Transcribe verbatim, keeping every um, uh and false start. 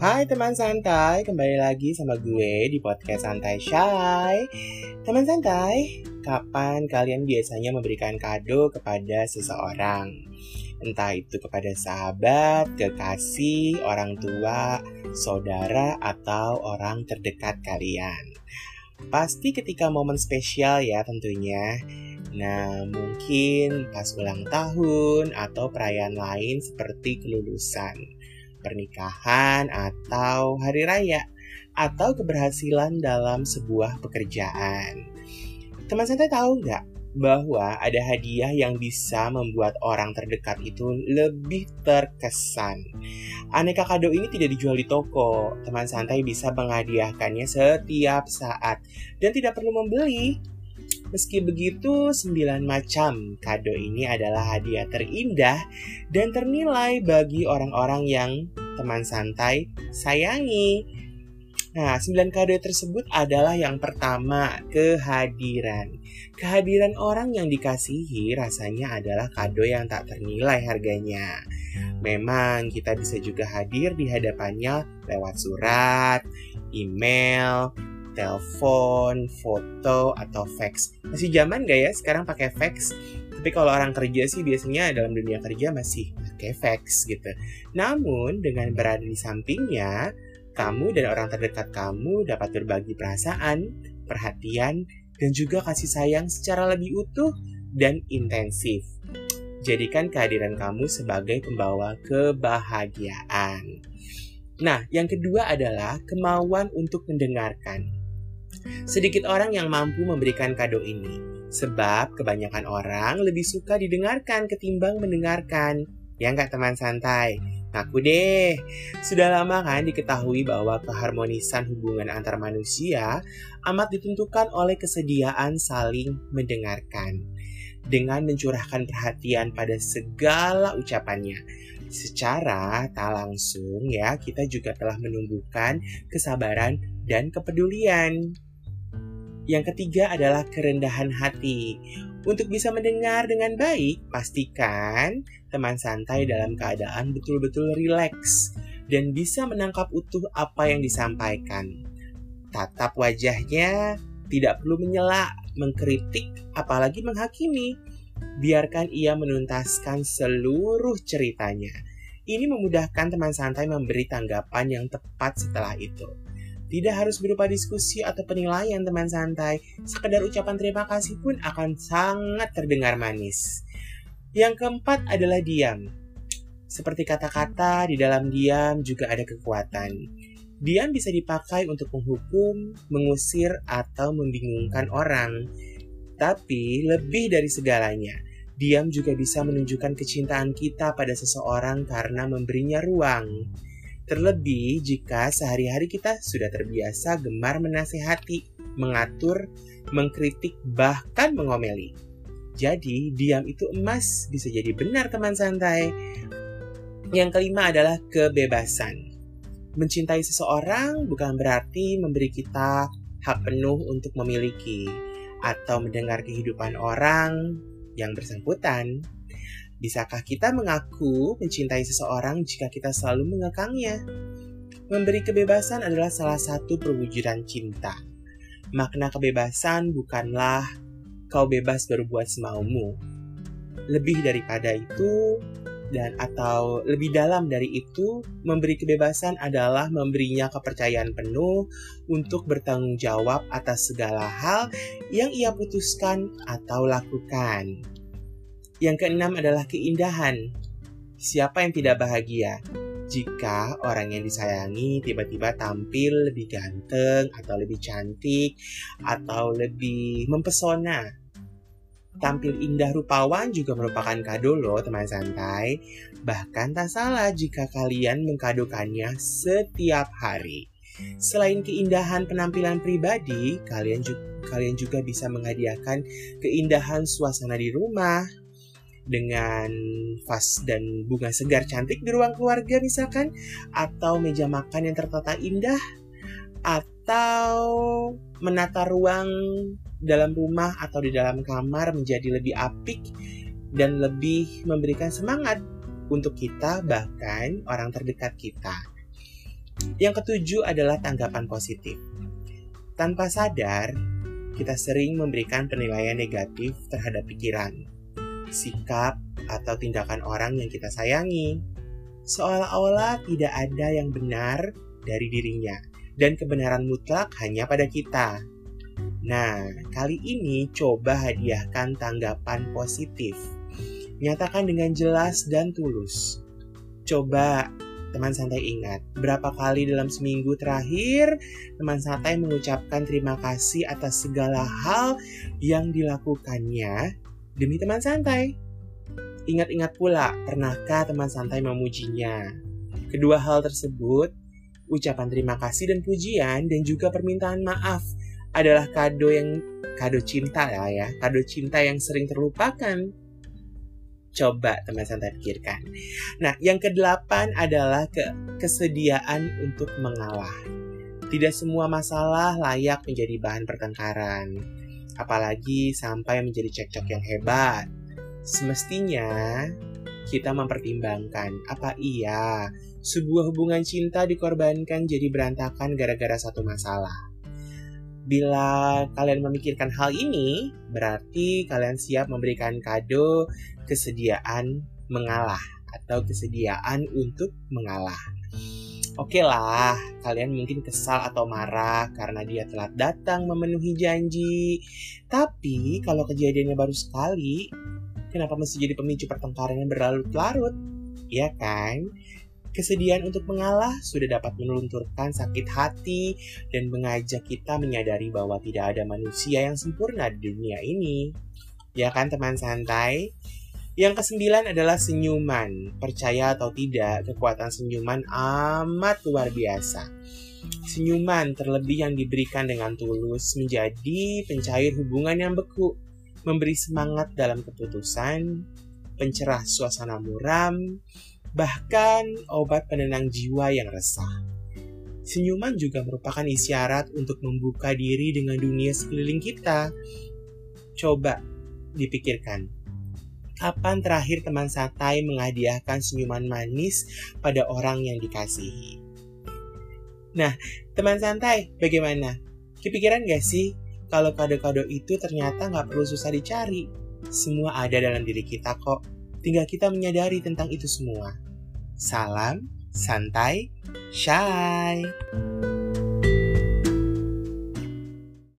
Hai teman santai, kembali lagi sama gue di podcast Santai Shy. Teman santai, kapan kalian biasanya memberikan kado kepada seseorang? Entah itu kepada sahabat, kekasih, orang tua, saudara, atau orang terdekat kalian. Pasti ketika momen spesial ya tentunya. Nah, mungkin pas ulang tahun atau perayaan lain seperti kelulusan, pernikahan, atau hari raya, atau keberhasilan dalam sebuah pekerjaan. Teman santai tahu nggak bahwa ada hadiah yang bisa membuat orang terdekat itu lebih terkesan? Aneka kado ini tidak dijual di toko. Teman santai bisa menghadiahkannya setiap saat dan tidak perlu membeli. Meski begitu, sembilan macam kado ini adalah hadiah terindah dan ternilai bagi orang-orang yang teman santai sayangi. Nah, sembilan kado tersebut adalah yang pertama, kehadiran. Kehadiran orang yang dikasihi rasanya adalah kado yang tak ternilai harganya. Memang kita bisa juga hadir di hadapannya lewat surat, email, telepon, foto, atau fax. Masih zaman gak ya sekarang pakai fax? Tapi kalau orang kerja sih biasanya dalam dunia kerja masih pakai fax gitu. Namun dengan berada di sampingnya, kamu dan orang terdekat kamu dapat berbagi perasaan, perhatian, dan juga kasih sayang secara lebih utuh dan intensif. Jadikan kehadiran kamu sebagai pembawa kebahagiaan. Nah, yang kedua adalah kemauan untuk mendengarkan. Sedikit orang yang mampu memberikan kado ini, sebab kebanyakan orang lebih suka didengarkan ketimbang mendengarkan. Ya nggak teman santai? Ngaku deh, sudah lama kan diketahui bahwa keharmonisan hubungan antar manusia amat ditentukan oleh kesediaan saling mendengarkan. Dengan mencurahkan perhatian pada segala ucapannya, secara tak langsung ya kita juga telah menumbuhkan kesabaran dan kepedulian. Yang ketiga adalah kerendahan hati. Untuk bisa mendengar dengan baik, pastikan teman santai dalam keadaan betul-betul rileks dan bisa menangkap utuh apa yang disampaikan. Tatap wajahnya, tidak perlu menyela, mengkritik, apalagi menghakimi. Biarkan ia menuntaskan seluruh ceritanya. Ini memudahkan teman santai memberi tanggapan yang tepat setelah itu. Tidak harus berupa diskusi atau penilaian teman santai. Sekedar ucapan terima kasih pun akan sangat terdengar manis. Yang keempat adalah diam. Seperti kata-kata, di dalam diam juga ada kekuatan. Diam bisa dipakai untuk menghukum, mengusir, atau membingungkan orang. Tapi lebih dari segalanya, diam juga bisa menunjukkan kecintaan kita pada seseorang karena memberinya ruang. Terlebih jika sehari-hari kita sudah terbiasa gemar menasehati, mengatur, mengkritik, bahkan mengomeli. Jadi, diam itu emas, bisa jadi benar teman santai. Yang kelima adalah kebebasan. Mencintai seseorang bukan berarti memberi kita hak penuh untuk memiliki atau mendengar kehidupan orang yang bersangkutan. Bisakah kita mengaku mencintai seseorang jika kita selalu mengekangnya? Memberi kebebasan adalah salah satu perwujudan cinta. Makna kebebasan bukanlah kau bebas berbuat semaumu. Lebih daripada itu, dan atau lebih dalam dari itu, memberi kebebasan adalah memberinya kepercayaan penuh untuk bertanggung jawab atas segala hal yang ia putuskan atau lakukan. Yang keenam adalah keindahan. Siapa yang tidak bahagia jika orang yang disayangi tiba-tiba tampil lebih ganteng atau lebih cantik atau lebih mempesona? Tampil indah rupawan juga merupakan kado loh teman santai. Bahkan tak salah jika kalian mengkadokannya setiap hari. Selain keindahan penampilan pribadi, kalian juga, kalian juga bisa menghadiahkan keindahan suasana di rumah, dengan vas dan bunga segar cantik di ruang keluarga misalkan, atau meja makan yang tertata indah, atau menata ruang dalam rumah atau di dalam kamar menjadi lebih apik dan lebih memberikan semangat untuk kita bahkan orang terdekat kita. Yang ketujuh adalah tanggapan positif. Tanpa sadar, kita sering memberikan penilaian negatif terhadap pikiran, sikap, atau tindakan orang yang kita sayangi. Seolah-olah tidak ada yang benar dari dirinya, dan kebenaran mutlak hanya pada kita. Nah, kali ini coba hadiahkan tanggapan positif. Nyatakan dengan jelas dan tulus. Coba teman santai ingat, berapa kali dalam seminggu terakhir teman santai mengucapkan terima kasih atas segala hal yang dilakukannya demi teman santai. Ingat-ingat pula, pernahkah teman santai memujinya? Kedua hal tersebut, ucapan terima kasih dan pujian dan juga permintaan maaf, adalah kado yang kado cinta ya, ya, kado cinta yang sering terlupakan. Coba teman santai pikirkan. Nah, yang kedelapan adalah ke kesediaan untuk mengalah. Tidak semua masalah layak menjadi bahan pertengkaran, apalagi sampai menjadi cekcok yang hebat. Semestinya kita mempertimbangkan, apa iya sebuah hubungan cinta dikorbankan jadi berantakan gara-gara satu masalah. Bila kalian memikirkan hal ini, berarti kalian siap memberikan kado kesediaan mengalah atau kesediaan untuk mengalah. Oke lah, kalian mungkin kesal atau marah karena dia telat datang memenuhi janji. Tapi kalau kejadiannya baru sekali, kenapa mesti jadi pemicu pertengkaran yang berlarut-larut? Ya kan? Kesediaan untuk mengalah sudah dapat melunturkan sakit hati dan mengajak kita menyadari bahwa tidak ada manusia yang sempurna di dunia ini. Ya kan teman santai? Yang kesembilan adalah senyuman. Percaya atau tidak, kekuatan senyuman amat luar biasa. Senyuman terlebih yang diberikan dengan tulus menjadi pencair hubungan yang beku, memberi semangat dalam keputusan, pencerah suasana muram, bahkan obat penenang jiwa yang resah. Senyuman juga merupakan isyarat untuk membuka diri dengan dunia sekeliling kita. Coba dipikirkan, kapan terakhir teman santai menghadiahkan senyuman manis pada orang yang dikasihi? Nah, teman santai, bagaimana? Kepikiran gak sih kalau kado-kado itu ternyata gak perlu susah dicari? Semua ada dalam diri kita kok. Tinggal kita menyadari tentang itu semua. Salam santai, shy.